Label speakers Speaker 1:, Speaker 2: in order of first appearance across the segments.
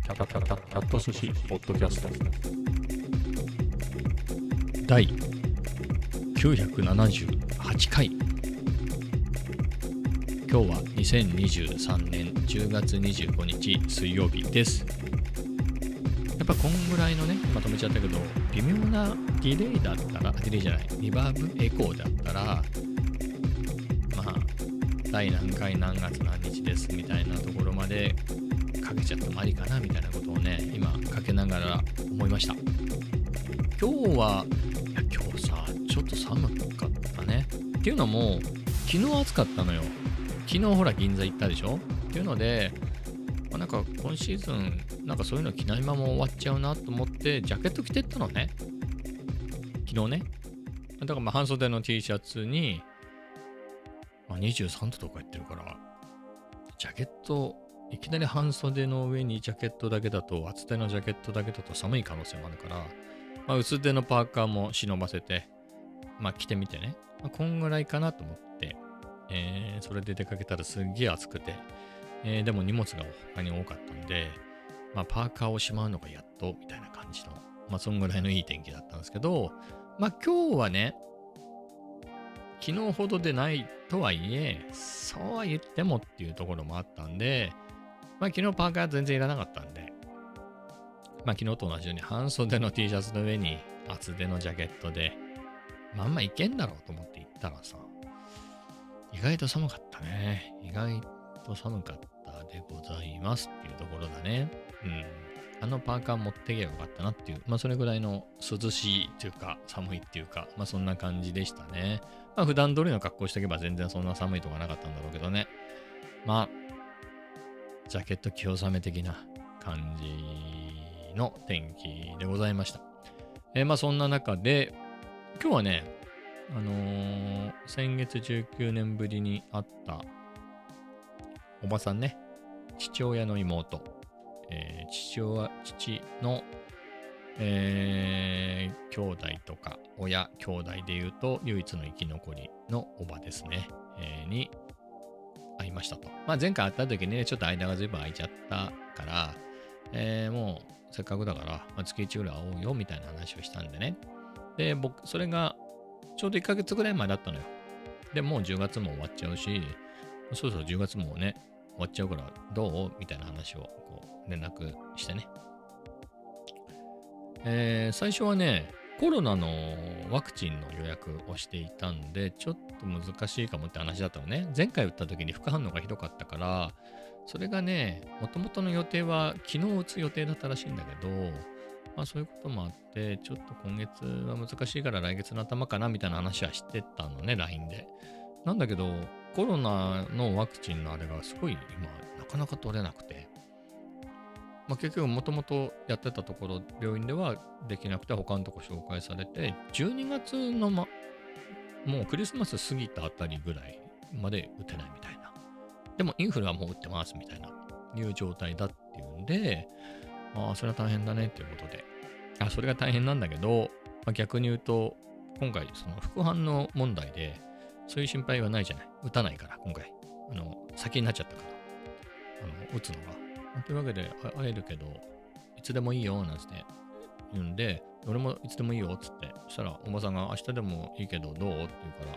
Speaker 1: キャット寿司ポッドキャスト第978回。今日は2023年10月25日水曜日です。やっぱこんぐらいのね、まとめちゃったけど、微妙なディレイだったら、ディレイじゃない、リバーブエコーだったら、まあ、第何回何月何日ですみたいなところまでかけちゃってもありかなみたいなことをね、今かけながら思いました。今日さ、ちょっと寒かったね。っていうのも、昨日暑かったのよ。昨日ほら銀座行ったでしょっていうので、なんか今シーズンなんかそういうの着ないまま終わっちゃうなと思ってジャケット着てったのね。昨日ね。だから半袖の T シャツに、23度とか言ってるから、ジャケット、いきなり半袖の上にジャケットだけだと、厚手のジャケットだけだと寒い可能性もあるから、薄手のパーカーも忍ばせて、着てみてね。こんぐらいかなと思って、それで出かけたらすっげえ暑くて、でも荷物が他に多かったんで、パーカーをしまうのがやっとみたいな感じの、そんぐらいのいい天気だったんですけど、今日はね、昨日ほどでないとはいえ、そうは言ってもっていうところもあったんで、昨日パーカー全然いらなかったんで、昨日と同じように半袖の T シャツの上に厚手のジャケットで、いけんだろうと思って行ったらさ、意外と寒かったね。意外と寒かったでございますっていうところだね。あのパーカー持ってけばよかったなっていう、それぐらいの涼しいというか寒いっていうか、そんな感じでしたね。普段通りの格好しておけば全然そんな寒いとかなかったんだろうけどね。ジャケット着納め的な感じの天気でございました。そんな中で、今日はね、先月19年ぶりに会ったおばさんね、父親の妹、父の、兄弟とか親兄弟でいうと唯一の生き残りのおばですね、に会いましたと。前回会った時にね、ちょっと間が随分空いちゃったから、もうせっかくだから、月1ぐらい会おうよみたいな話をしたんでね。で、それがちょうど1ヶ月ぐらい前だったのよ。で、もう10月も終わっちゃうし、そろそろ10月もね、終わっちゃうからどうみたいな話を連絡してね。最初はね、コロナのワクチンの予約をしていたんで、ちょっと難しいかもって話だったのね。前回打った時に副反応がひどかったから、それがね、もともとの予定は昨日打つ予定だったらしいんだけど、そういうこともあって、ちょっと今月は難しいから来月の頭かなみたいな話はしてたのね、LINE で。なんだけど、コロナのワクチンのあれがすごい今、なかなか取れなくて、結局もともとやってたところ、病院ではできなくて他のとこ紹介されて、12月のもうクリスマス過ぎたあたりぐらいまで打てないみたいな。でもインフルはもう打ってますみたいな、いう状態だっていうんで、それは大変だねっていうことで。それが大変なんだけど、逆に言うと、今回その副反応問題で、そういう心配はないじゃない。打たないから、今回。先になっちゃったから。打つのが。というわけで、会えるけど、いつでもいいよ、なんつって言うんで、俺もいつでもいいよ、つって。そしたら、おばさんが明日でもいいけど、どうって言うから、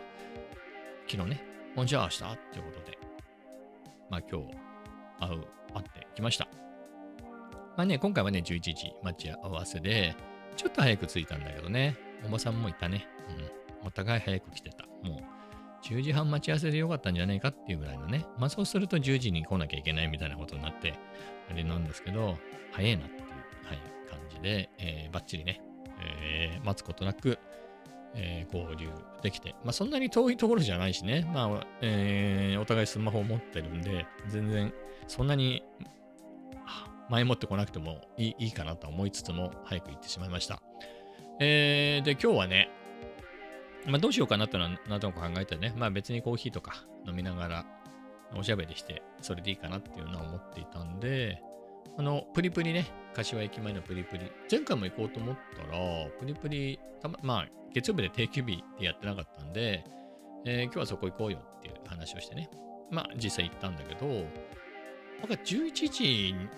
Speaker 1: 昨日ね、じゃあ明日っていうことで、今日、会ってきました。今回はね、11時待ち合わせで、ちょっと早く着いたんだけどね、おばさんもいたね。お互い早く来てた。もう、10時半待ち合わせでよかったんじゃないかっていうぐらいのね。そうすると10時に来なきゃいけないみたいなことになって、あれなんですけど、早いなっていう、感じで、バッチリね、待つことなく、合流できて。そんなに遠いところじゃないしね。お互いスマホを持ってるんで、全然、そんなに、前もってこなくてもいいかなと思いつつも、早く行ってしまいました。で、今日はね、どうしようかなってのは何とか考えてね、別にコーヒーとか飲みながらおしゃべりして、それでいいかなっていうのは思っていたんで、プリプリね、柏駅前のプリプリ、前回も行こうと思ったら、プリプリ、月曜日で定休日でやってなかったんで、今日はそこ行こうよっていう話をしてね、実際行ったんだけど、11時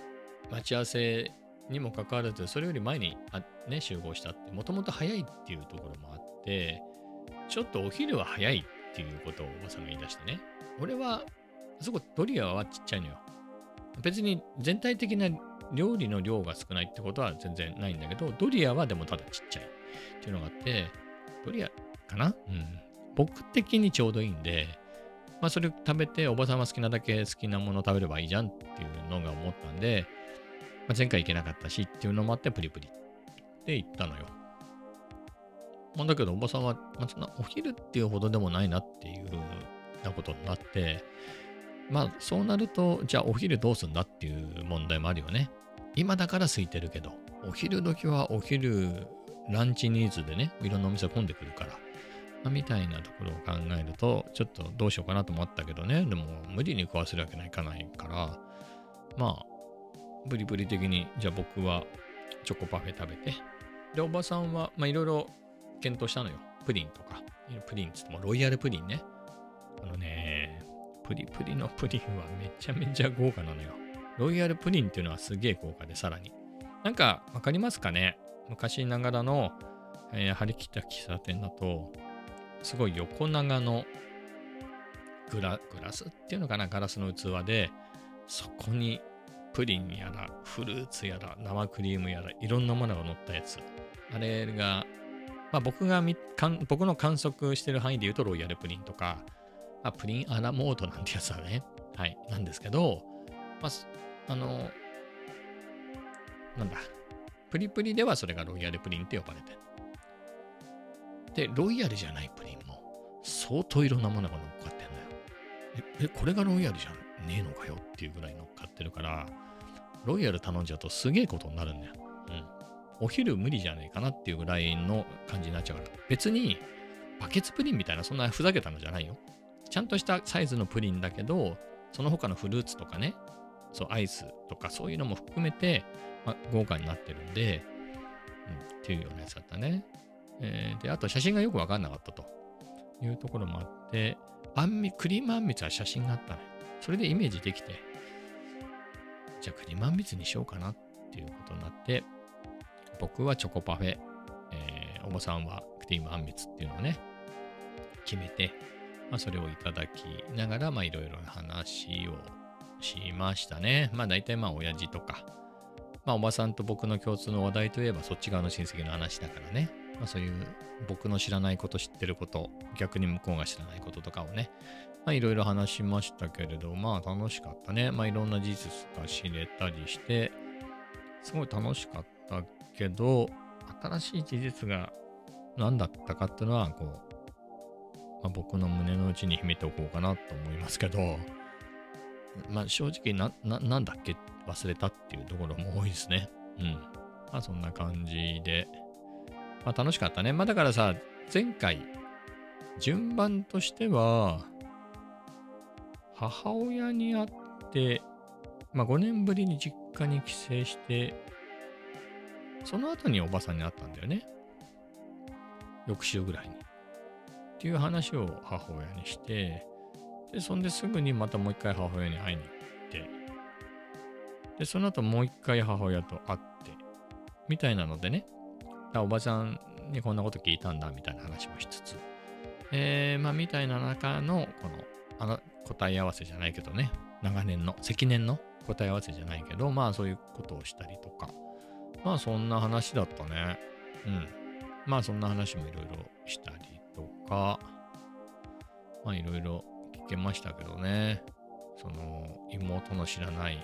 Speaker 1: 待ち合わせにもかかわらず、それより前に集合したって、もともと早いっていうところもあって、ちょっとお昼は早いっていうことをおばさんが言い出してね。俺は、あそこドリアはちっちゃいのよ。別に全体的な料理の量が少ないってことは全然ないんだけど、ドリアはでもただちっちゃいっていうのがあって、ドリアかな僕的にちょうどいいんで、まあそれ食べておばさんは好きなだけ好きなもの食べればいいじゃんっていうのが思ったんで、まあ、前回行けなかったしっていうのもあってプリプリって言ったのよ。まあ、だけどおばさんは、まあ、そんなお昼っていうほどでもないなっていうなことになって、まあそうなると、じゃあお昼どうすんだっていう問題もあるよね。今だから空いてるけど、お昼時はお昼ランチニーズでね、いろんなお店混んでくるから、まあ、みたいなところを考えると、ちょっとどうしようかなと思ったけどね、でも無理に食わせるわけにはいかないから、まあ、ブリブリ的に、じゃあ僕はチョコパフェ食べて、で、おばさんは、まあいろいろ検討したのよ。プリンとか。プリンっつってもロイヤルプリンね。プリプリのプリンはめちゃめちゃ豪華なのよ。ロイヤルプリンっていうのはすげえ豪華で、さらに。なんか、わかりますかね？昔ながらの、張り切った喫茶店だと、すごい横長のグラスっていうのかな、ガラスの器で、そこにプリンやら、フルーツやら、生クリームやら、いろんなものが乗ったやつ。あれが、まあ、僕の観測してる範囲で言うとロイヤルプリンとか、プリンアラモードなんてやつだね。はい。なんですけど、まあ、なんだ。プリプリではそれがロイヤルプリンって呼ばれてる。で、ロイヤルじゃないプリンも相当いろんなものが乗っかってんだよ。これがロイヤルじゃねえのかよっていうぐらい乗っかってるから、ロイヤル頼んじゃうとすげえことになるんだよ。お昼無理じゃねえかなっていうぐらいの感じになっちゃうから。別に、バケツプリンみたいなそんなふざけたのじゃないよ。ちゃんとしたサイズのプリンだけど、その他のフルーツとかね、そう、アイスとかそういうのも含めて、まあ、豪華になってるんで、っていうようなやつだったね。で、あと写真がよくわかんなかったというところもあって、クリームあんみつは写真があったのよ。それでイメージできて、じゃあクリームあんみつにしようかなっていうことになって、僕はチョコパフェ、おばさんはクリームあんみつっていうのをね、決めて、まあ、それをいただきながら、まあ、いろいろな話をしましたね。まあ、大体、まあ、親父とか、まあ、おばさんと僕の共通の話題といえば、そっち側の親戚の話だからね。まあ、そういう僕の知らないこと、知ってること、逆に向こうが知らないこととかをね、まあ、いろいろ話しましたけれど、まあ、楽しかったね。まあ、いろんな事実が知れたりして、すごい楽しかったけど、新しい事実が何だったかっていうのは、こう、まあ、僕の胸の内に秘めておこうかなと思いますけど、まあ正直なんだっけ忘れたっていうところも多いですね。まあそんな感じで、まあ楽しかったね。まあだからさ、前回、順番としては、母親に会って、まあ5年ぶりに実家に帰省して、その後におばさんに会ったんだよね。翌週ぐらいに。っていう話を母親にして、で、そんですぐにまたもう一回母親に会いに行って、で、その後もう一回母親と会って、みたいなのでね、おばちゃんにこんなこと聞いたんだ、みたいな話もしつつ、まあ、みたいな中の、答え合わせじゃないけどね、積年の答え合わせじゃないけど、まあ、そういうことをしたりとか、まあ、そんな話だったね。まあ、そんな話もいろいろしたりとか、まあ、いろいろ聞けましたけどね。その、妹の知らない、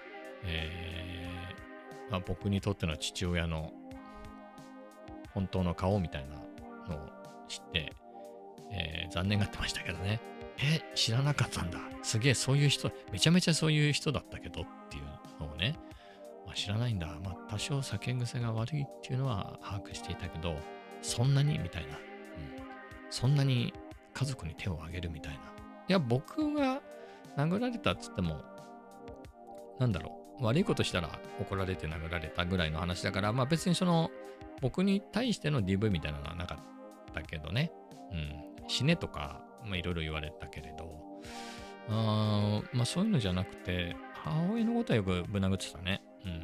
Speaker 1: まあ、僕にとっての父親の本当の顔みたいなのを知って、残念がってましたけどね。知らなかったんだ。すげえそういう人、めちゃめちゃそういう人だったけどっていうのをね、まあ、知らないんだ。まあ多少酒癖が悪いっていうのは把握していたけど、そんなにみたいな、そんなに家族に手を挙げるみたいな。いや、僕が殴られたっつっても、なんだろう、悪いことしたら怒られて殴られたぐらいの話だから、まあ別にその、僕に対しての DV みたいなのはなかったけどね。死ねとか、まあいろいろ言われたけれど、まあそういうのじゃなくて、母親のことはよくぶん殴ってたね。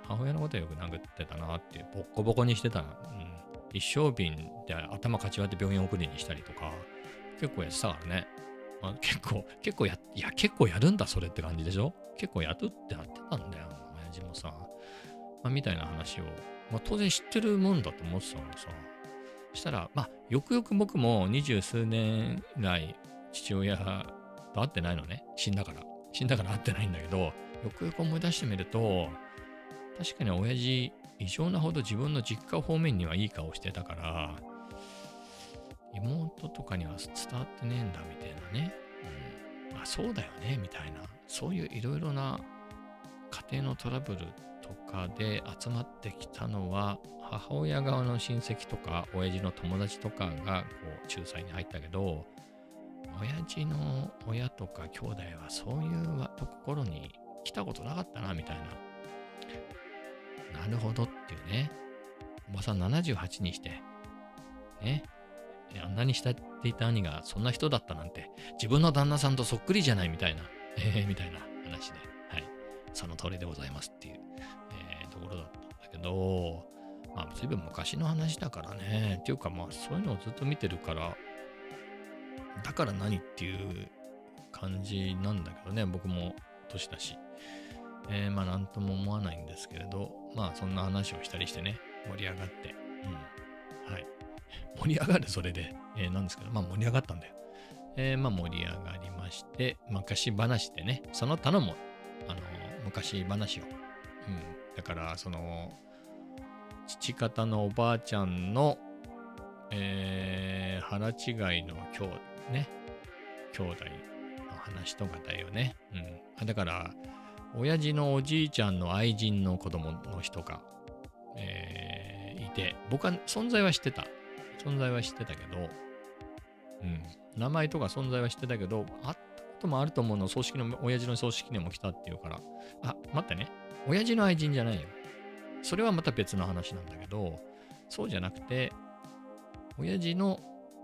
Speaker 1: 母親のことはよく殴ってたなっていう、ボッコボコにしてたな。一升瓶で頭かち割って病院送りにしたりとか、結構やってたからね。結構やるんだ、それって感じでしょ。結構やってたんだよ、親父もさ。みたいな話を、当然知ってるもんだと思ってたのさ。したら、よくよく僕も20数年来、父親と会ってないのね。死んだから会ってないんだけど、よくよく思い出してみると、確かに親父、異常なほど自分の実家方面にはいい顔してたから、妹とかには伝わってねえんだみたいなね。そうだよね、みたいな。そういういろいろな家庭のトラブルとかで集まってきたのは、母親側の親戚とか、親父の友達とかが仲裁に入ったけど、親父の親とか兄弟はそういうところに来たことなかったな、みたいな。なるほどっていうね。おばさん78にして、ね。あんなに慕っていた兄がそんな人だったなんて、自分の旦那さんとそっくりじゃないみたいな、みたいな話で、はい。その通りでございますっていう、ところだったんだけど、随分昔の話だからね。っていうかそういうのをずっと見てるから、だから何っていう感じなんだけどね。僕も年だし。なんとも思わないんですけれど、そんな話をしたりしてね、盛り上がって、はい。盛り上がるそれで、なんですけど、盛り上がったんだよ。盛り上がりまして、昔話でね、その他のも、昔話を、だから、父方のおばあちゃんの、腹違いの兄弟の話とかだよね。だから、親父のおじいちゃんの愛人の子供の人が、いて、僕は存在は知ってたけど、名前とか存在は知ってたけど、会ったこともあると思うの、親父の葬式にも来たっていうから、待ってね、親父の愛人じゃないよ。それはまた別の話なんだけど、そうじゃなくて、親父の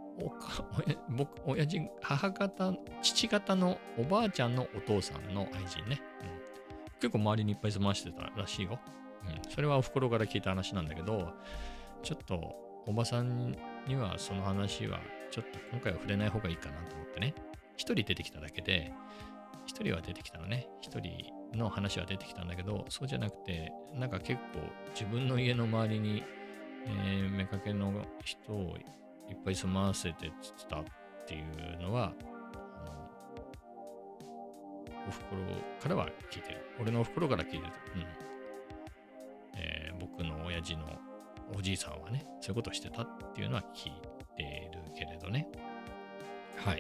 Speaker 1: 父方のおばあちゃんのお父さんの愛人ね。結構周りにいっぱい住ましてたらしいよ。それはお袋から聞いた話なんだけど、ちょっとおばさんにはその話はちょっと今回は触れない方がいいかなと思ってね。一人出てきただけで、一人は出てきたのね。一人の話は出てきたんだけど、そうじゃなくて、なんか結構自分の家の周りに、妾の人をいっぱい住まわせてたっていうのは、おふくろからは聞いてる。俺のおふくろから聞いてる。僕の親父のおじいさんはね、そういうことをしてたっていうのは聞いてるけれどね。はい。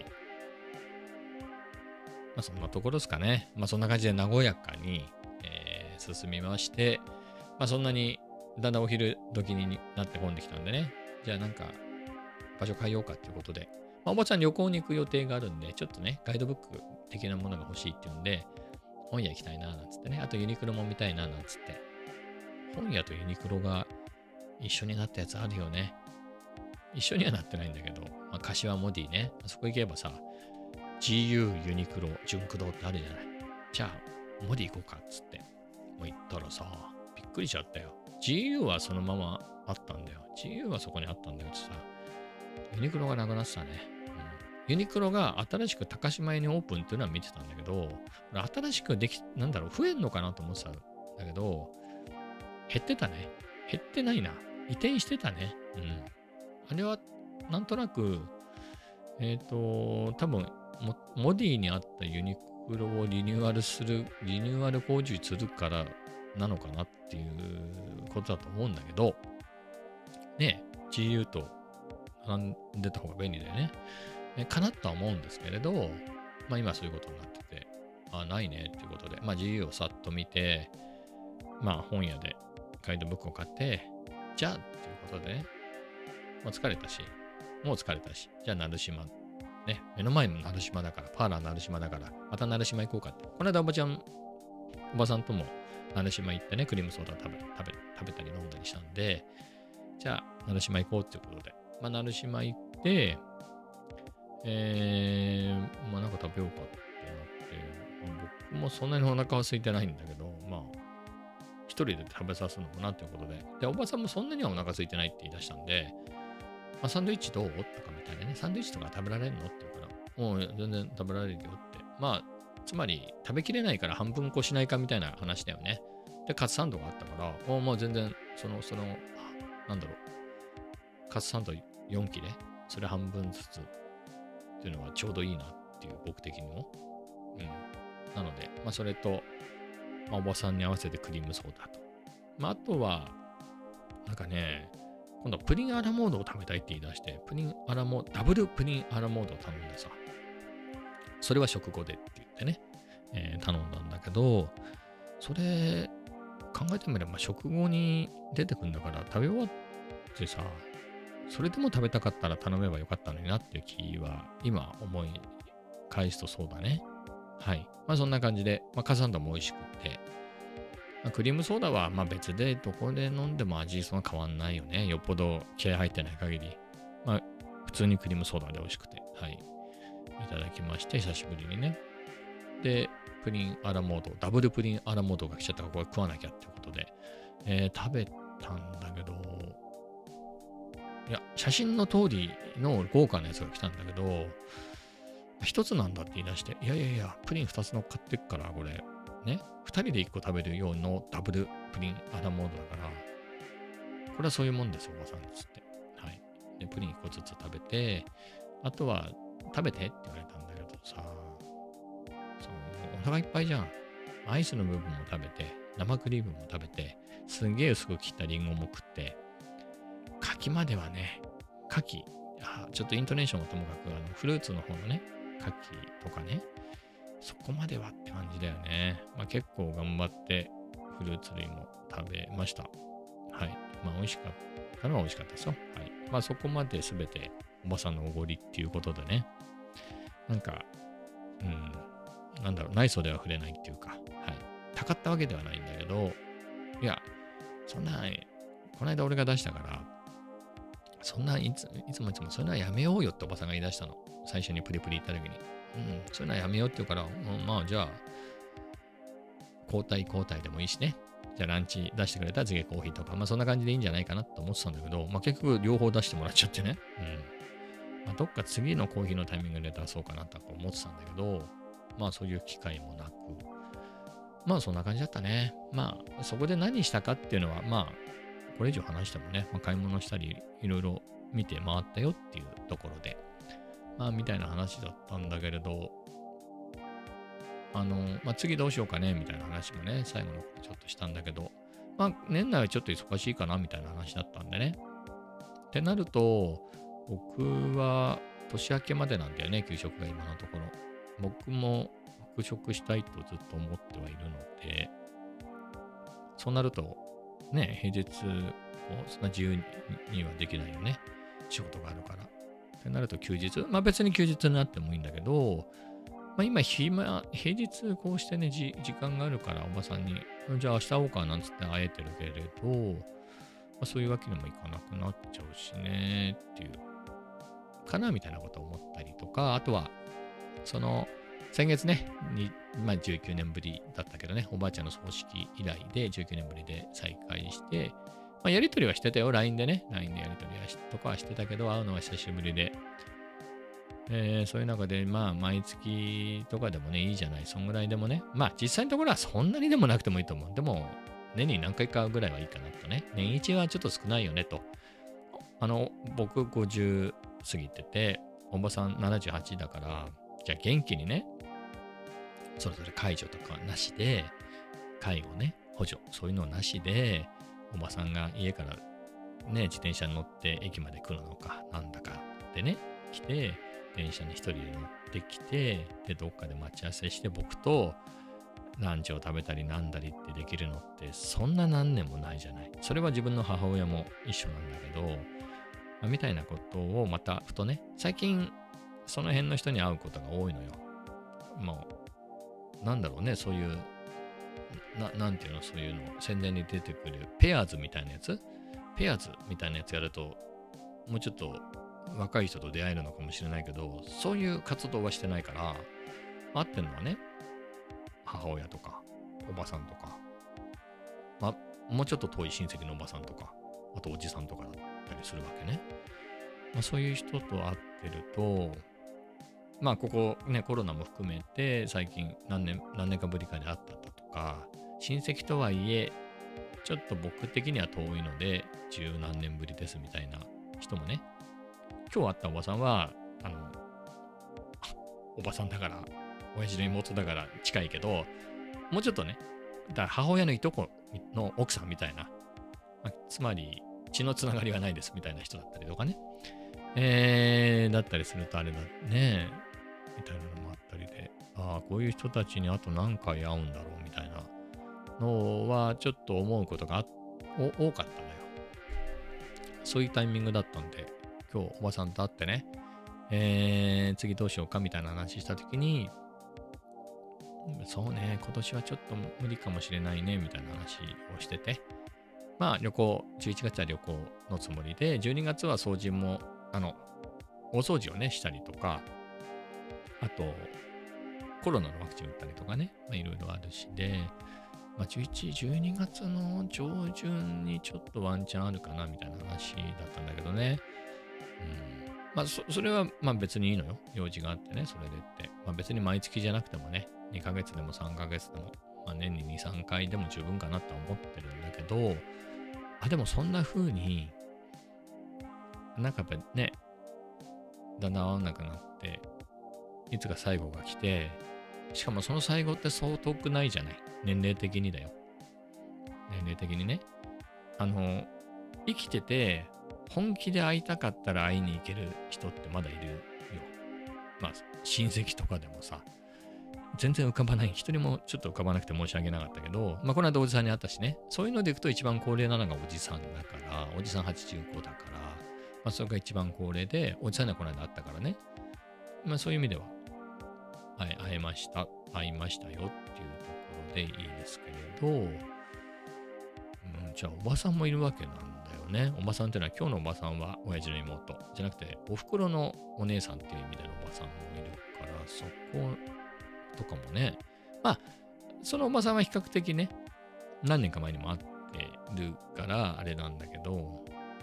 Speaker 1: そんなところですかね。そんな感じで和やかに、進みまして、そんなにだんだんお昼時になってこんできたんでね。じゃあなんか場所変えようかっていうことで、おばちゃん旅行に行く予定があるんで、ちょっとね、ガイドブック的なものが欲しいっていうんで、本屋行きたいななんつってね、あとユニクロも見たいななんつって、本屋とユニクロが一緒になったやつあるよね。一緒にはなってないんだけど、柏モディね、そこ行けばさ、GU ユニクロ純駆動ってあるじゃない。じゃあ、モディ行こうかっつって。もう行ったらさ、びっくりしちゃったよ。GU はそのままあったんだよ。GU はそこにあったんだよってさ、ユニクロがなくなってたね。ユニクロが新しく高島屋にオープンっていうのは見てたんだけど、新しく増えんのかなと思ってたんだけど、減ってたね。減ってないな。移転してたね。あれは、なんとなく、多分、モディにあったユニクロをリニューアル工事するからなのかなっていうことだと思うんだけど、ね、GU と並んでた方が便利だよね。かなとは思うんですけれど、今そういうことになってて、ないねっていうことで、GU をさっと見て、本屋でガイドブックを買って、じゃあっていうことでね、もう疲れたし、じゃあ鳴島、ね、目の前の鳴島だから、パーラー鳴島だから、また鳴島行こうかって。この間おばさんとも鳴島行ってね、クリームソーダ食べたり飲んだりしたんで、じゃあ鳴島行こうっていうことで、鳴島行って、なんか食べようかってなって、僕もそんなにお腹は空いてないんだけど、一人で食べさすのもなっていうことで。で、おばさんもそんなにはお腹空いてないって言い出したんで、サンドイッチどうとかみたいなね。サンドイッチとか食べられるのって言うから、もう全然食べられるよって。つまり食べきれないから半分こしないかみたいな話だよね。で、カツサンドがあったから、もう全然、なんだろう、カツサンド4切れそれ半分ずつっていうのはちょうどいいなっていう、僕的にも。なので、それと、おばさんに合わせてクリームソーダと。あとは、なんかね、今度はプリンアラモードを食べたいって言い出して、ダブルプリンアラモードを頼んでさ、それは食後でって言ってね、頼んだんだけど、それ、考えてみれば食後に出てくるんだから、食べ終わってさ、それでも食べたかったら頼めばよかったのになっていう気は、今思い返すとそうだね。はい。そんな感じで、カツサンドも美味しくって、クリームソーダは別でどこで飲んでも味そんな変わんないよね。よっぽど気合入ってない限り。普通にクリームソーダで美味しくて、はい。いただきまして、久しぶりにね。で、プリンアラモード、ダブルプリンアラモードが来ちゃったから、これ食わなきゃってことで、食べたんだけど、いや、写真の通りの豪華なやつが来たんだけど、一つなんだって言い出して、いや、プリン二つ乗っかってっから、これ、ね、二人で一個食べるようのダブルプリンアラモードだから、これはそういうもんですよ、おばさんつって。はい。で、プリン一個ずつ食べて、あとは、食べてって言われたんだけどさ、お腹いっぱいじゃん。アイスの部分も食べて、生クリームも食べて、すんげえ薄く切ったリンゴも食って、柿まではね、ちょっとイントネーションはともかく、フルーツの方のね、柿とかね、そこまではって感じだよね。結構頑張ってフルーツ類も食べました。はい。美味しかったのは美味しかったですよ。はい。そこまで全ておばさんのおごりっていうことでね、なんか、内装では触れないっていうか、はい。たかったわけではないんだけど、いや、そんな、この間俺が出したから、そんないつもそういうのはやめようよっておばさんが言い出したの。最初にプリプリ行った時に。そういうのはやめようって言うから、じゃあ、交代でもいいしね。じゃあランチ出してくれたら次コーヒーとか、そんな感じでいいんじゃないかなと思ってたんだけど、結局両方出してもらっちゃってね。どっか次のコーヒーのタイミングで出そうかなと思ってたんだけど、そういう機会もなく、そんな感じだったね。そこで何したかっていうのは、これ以上話してもね、買い物したり、いろいろ見て回ったよっていうところで、みたいな話だったんだけれど、次どうしようかね、みたいな話もね、最後のちょっとしたんだけど、年内はちょっと忙しいかな、みたいな話だったんでね。ってなると、僕は年明けまでなんだよね、給食が今のところ。僕も復職したいとずっと思ってはいるので、そうなると、ね、平日、そんな自由にはできないよね。仕事があるから。ってなると休日、別に休日になってもいいんだけど、今平日こうしてね、時間があるからおばさんに、じゃあ明日会おうかなんつって会えてるけれど、そういうわけにもいかなくなっちゃうしね、っていう、かなみたいなことを思ったりとか、あとは、先月ね、19年ぶりだったけどね、おばあちゃんの葬式以来で19年ぶりで再会して、やりとりはしてたよ、LINE でね。LINE でやりとりとかはしてたけど、会うのは久しぶりで。そういう中で、毎月とかでもね、いいじゃない。そんぐらいでもね。実際のところはそんなにでもなくてもいいと思う。でも、年に何回かぐらいはいいかなとね。年一はちょっと少ないよねと。僕50過ぎてて、おばさん78だから、じゃあ元気にね、それぞれ介助とかなしで、介護ね、補助、そういうのなしで、おばさんが家からね、自転車に乗って駅まで来るのか、なんだかでね、来て、電車に一人で乗ってきて、で、どっかで待ち合わせして、僕とランチを食べたりなんだりってできるのって、そんな何年もないじゃない。それは自分の母親も一緒なんだけど、みたいなことをまた、ふとね、最近、その辺の人に会うことが多いのよ。なんだろうね、そういう、なんていうの、そういうの、宣伝に出てくる、ペアーズみたいなやつやると、もうちょっと若い人と出会えるのかもしれないけど、そういう活動はしてないから、会ってんのはね、母親とか、おばさんとか、 もうちょっと遠い親戚のおばさんとか、あとおじさんとかだったりするわけね。そういう人と会ってると、ここね、コロナも含めて最近何年かぶりかで会ったとか、親戚とはいえ、ちょっと僕的には遠いので、十何年ぶりですみたいな人もね、今日会ったおばさんは、おばさんだから、親父の妹だから近いけど、もうちょっとね、だから母親のいとこの奥さんみたいな、つまり血のつながりはないですみたいな人だったりとかね、だったりするとあれだね、みたいなのもあったりで、こういう人たちにあと何回会うんだろうみたいなのはちょっと思うことが多かったのよ。そういうタイミングだったんで、今日おばさんと会ってね、次どうしようかみたいな話したときに、そうね、今年はちょっと無理かもしれないね、みたいな話をしてて、旅行、11月は旅行のつもりで、12月は掃除も、大掃除をね、したりとか、あと、コロナのワクチン打ったりとかね、いろいろあるしで、11、12月の上旬にちょっとワンチャンあるかな、みたいな話だったんだけどね。それは別にいいのよ。用事があってね、それでって。別に毎月じゃなくてもね、2ヶ月でも3ヶ月でも、年に2、3回でも十分かなとは思ってるんだけど、でもそんな風に、やっぱりね、だんだん会わなくなって、いつか最後が来て、しかもその最後ってそう遠くないじゃない。年齢的にだよ。年齢的にね。生きてて、本気で会いたかったら会いに行ける人ってまだいるよ。親戚とかでもさ、全然浮かばない。一人もちょっと浮かばなくて申し訳なかったけど、この間おじさんに会ったしね、そういうのでいくと一番高齢なのがおじさんだから、おじさん85だから、それが一番高齢で、おじさんにはこの間会ったからね、そういう意味では、会いましたよっていうところでいいですけれど、じゃあおばさんもいるわけなんだよね。おばさんっていうのは今日のおばさんは親父の妹じゃなくてお袋のお姉さんっていう意味でのおばさんもいるから、そことかもね。そのおばさんは比較的ね、何年か前にも会ってるからあれなんだけど、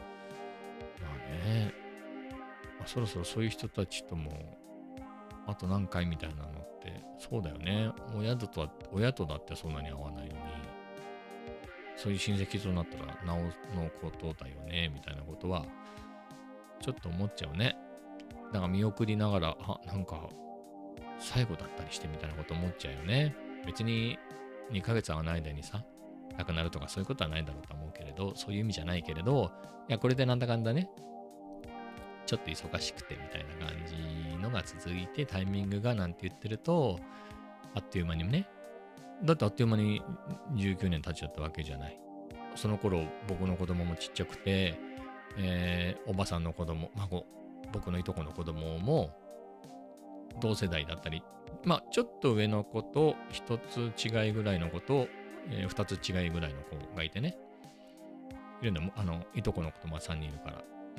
Speaker 1: そろそろそういう人たちともあと何回みたいなのってそうだよね。親とだってそんなに会わないのに、そういう親戚となったらなおのことだよね、みたいなことは、ちょっと思っちゃうね。だから見送りながら、なんか、最後だったりしてみたいなこと思っちゃうよね。別に2ヶ月会わない間にさ、亡くなるとかそういうことはないだろうと思うけれど、そういう意味じゃないけれど、いや、これでなんだかんだね、ちょっと忙しくてみたいな感じのが続いて、タイミングがなんて言ってると、あっという間にね、だってあっという間に19年経っちゃったわけじゃない。その頃、僕の子供もちっちゃくて、おばさんの子供、僕のいとこの子供も同世代だったり、ちょっと上の子と一つ違いぐらいの子と、二つ違いぐらいの子がいてね。いるんだ、いとこの子と3人いるから。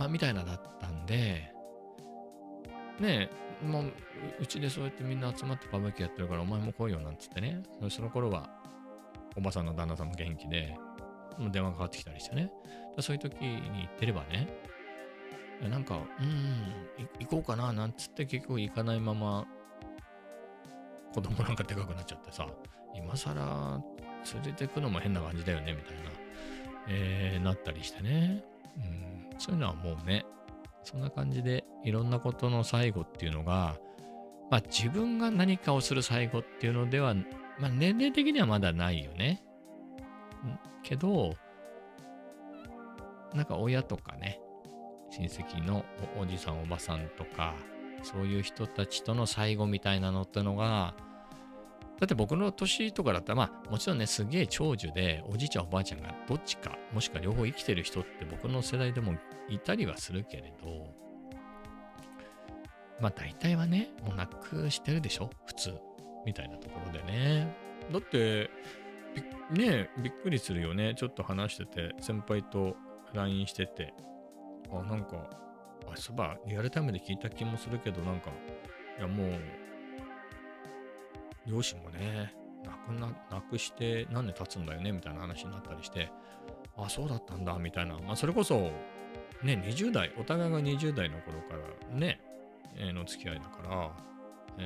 Speaker 1: みたいなだったんで、ねえ、うちでそうやってみんな集まってバーベキューやってるからお前も来いよなんつってね。その頃はおばさんの旦那さんも元気で、電話がかかってきたりしてね。そういう時に行ってればね、なんか、行こうかななんつって結局行かないまま、子供なんかでかくなっちゃってさ、今更連れてくのも変な感じだよね、みたいな、なったりしてね。そういうのはもうね、そんな感じでいろんなことの最後っていうのが、自分が何かをする最後っていうのでは、年齢的にはまだないよね。けど、なんか親とかね、親戚の おじさんおばさんとか、そういう人たちとの最後みたいなのってのが、だって僕の年とかだったら、もちろんね、すげえ長寿で、おじいちゃんおばあちゃんがどっちか、もしくは両方生きてる人って僕の世代でもいたりはするけれど、大体はね、もうなくしてるでしょ普通。みたいなところでね。だって、びっくりするよね。ちょっと話してて、先輩と LINE してて、なんか、そういえばリアルタイムで聞いた気もするけど、なんか、いやもう、両親もね、亡亡くして何年経つんだよねみたいな話になったりして、あ、そうだったんだみたいな。まあそれこそ、ね、20代、お互いが20代の頃からね、の付き合いだから、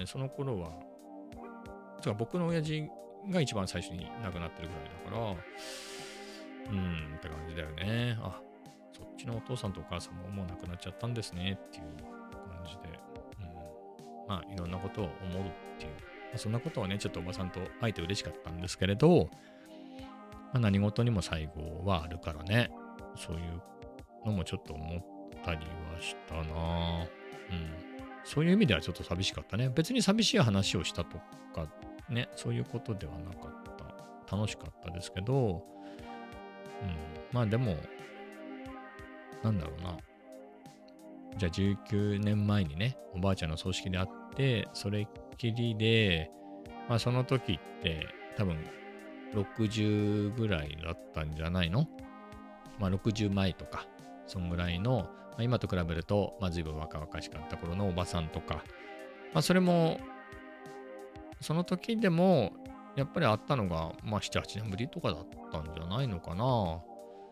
Speaker 1: その頃は、僕の親父が一番最初に亡くなってるぐらいだから、って感じだよね。あ、そっちのお父さんとお母さんももう亡くなっちゃったんですねっていう感じで、まあいろんなことを思うっていう、そんなことはね、ちょっとおばさんと会えて嬉しかったんですけれど、何事にも最後はあるからね、そういうのもちょっと思ったりはしたな。そういう意味ではちょっと寂しかったね。別に寂しい話をしたとかね、そういうことではなかった。楽しかったですけど、まあでも、なんだろうな。じゃあ19年前にね、おばあちゃんの葬式で会って、それっきりで、まあその時って多分60ぐらいだったんじゃないの？まあ60前とか、そんぐらいの、今と比べると、随分若々しかった頃のおばさんとか、それも、その時でも、やっぱり会ったのが、7、8年ぶりとかだったんじゃないのかな。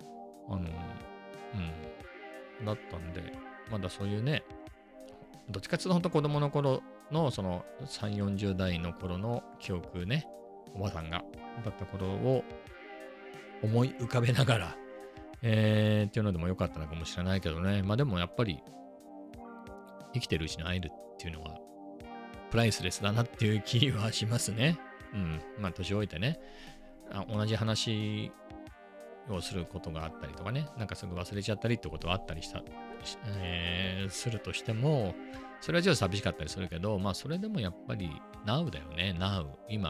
Speaker 1: だったんで、まだそういうね、どっちかっていうと本当子供の頃のその3、40代の頃の記憶ね、おばさんがだった頃を思い浮かべながら、っていうのでもよかったのかもしれないけどね。でもやっぱり生きてるうちに会えるっていうのはプライスレスだなっていう気はしますね。年老いてね、同じ話をすることがあったりとかね、なんかすぐ忘れちゃったりってことがあったりするとしても、それはちょっと寂しかったりするけど、それでもやっぱり Now だよね、Now。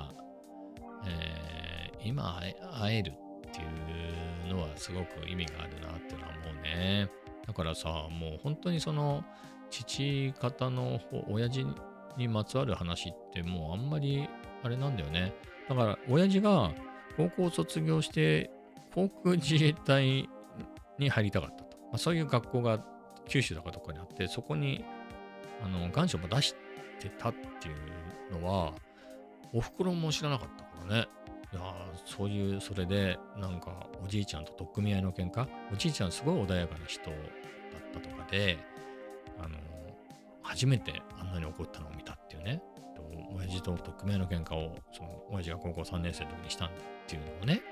Speaker 1: 今会えるっていうのはすごく意味があるなっていうのは思うね。だからさ、もう本当にその父方の親父にまつわる話ってもうあんまりあれなんだよね。だから親父が高校を卒業して航空自衛隊に入りたかったと。そういう学校が九州だかどっかにあって、そこに願書も出してたっていうのは、お袋も知らなかったからね。いやそういう、それで、なんか、おじいちゃんと取っ組み合いの喧嘩、おじいちゃんすごい穏やかな人だったとかで、初めてあんなに怒ったのを見たっていうね、親父と取っ組み合いの喧嘩を、その、親父が高校3年生の時にしたんだっていうのをね、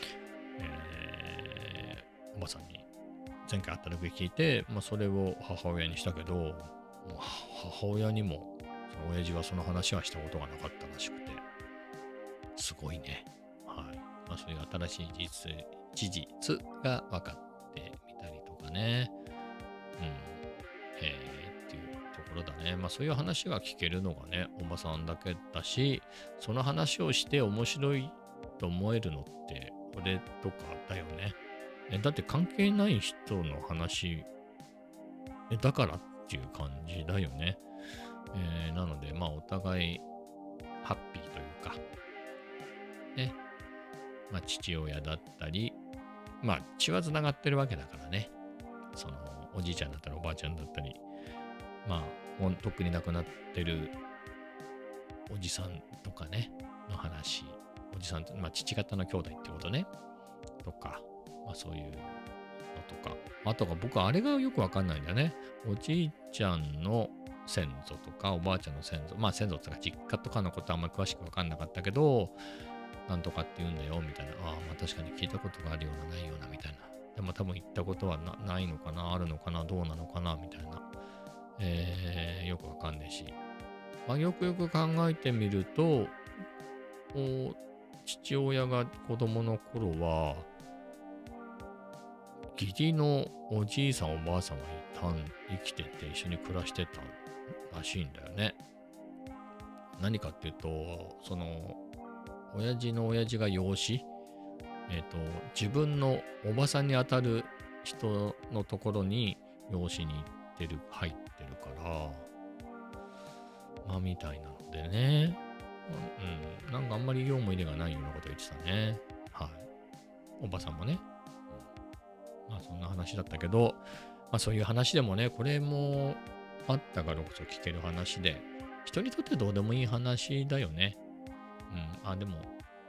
Speaker 1: おばさんに前回会った時聞いて、それを母親にしたけど、母親にも、その親父はその話はしたことがなかったらしくて、すごいね。はい。そういう新しい事実が分かってみたりとかね。っていうところだね。そういう話が聞けるのがね、おばさんだけだし、その話をして面白いと思えるのって、俺とかだよね。だって関係ない人の話、だからっていう感じだよね。なので、お互いハッピーというか、ね。父親だったり、血は繋がってるわけだからね。その、おじいちゃんだったり、おばあちゃんだったり、とっくに亡くなってるおじさんとかね、の話。おじさんと、父方の兄弟ってことね。とか、そういうのとか。あとが僕はあれがよくわかんないんだよね。おじいちゃんの先祖とか、おばあちゃんの先祖。先祖とか実家とかのことはあんまり詳しくわかんなかったけど、なんとかって言うんだよ、みたいな。確かに聞いたことがあるような、ないような、みたいな。でも多分言ったことはないのかな、あるのかな、どうなのかな、みたいな。よくわかんないし。よくよく考えてみると、父親が子供の頃は、義理のおじいさんおばあさんが生きてて一緒に暮らしてたらしいんだよね。何かっていうと、その、親父の親父が養子、自分のおばさんにあたる人のところに養子に入ってるから、みたいなのでね。なんかあんまり用も入れがないようなこと言ってたね。はい。おばさんもね。そんな話だったけど、そういう話でもね、これもあったからこそ聞ける話で、人にとってどうでもいい話だよね。でも、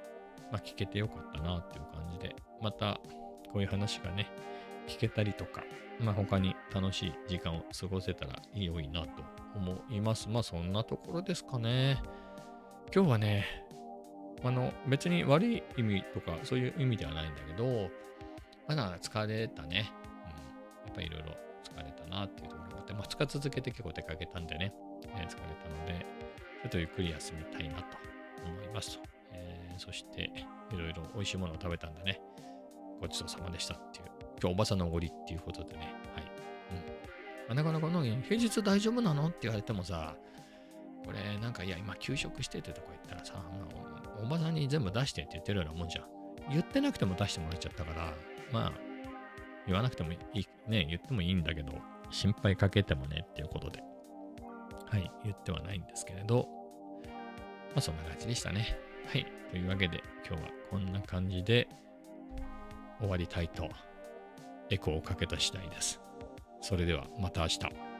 Speaker 1: 聞けてよかったなっていう感じで、またこういう話がね、聞けたりとか、他に楽しい時間を過ごせたらいいなと思います。そんなところですかね。今日はね、別に悪い意味とかそういう意味ではないんだけど、まだ疲れたね。やっぱりいろいろ疲れたなっていうところがあって、2日続けて結構出かけたんでね、疲れたので、ちょっとゆっくり休みたいなと思います。そしていろいろ美味しいものを食べたんでね、ごちそうさまでしたっていう、今日おばさんのおごりっていうことでね、はい。なかなか平日大丈夫なのって言われてもさ、これいや今休食しててとか言ったらさ、おばさんに全部出してって言ってるようなもんじゃん。言ってなくても出してもらっちゃったから、言わなくてもいい、ね、言ってもいいんだけど、心配かけてもねっていうことで、言ってはないんですけれど、そんな感じでしたね。はい。というわけで、今日はこんな感じで終わりたいと、エコーをかけた次第です。それではまた明日。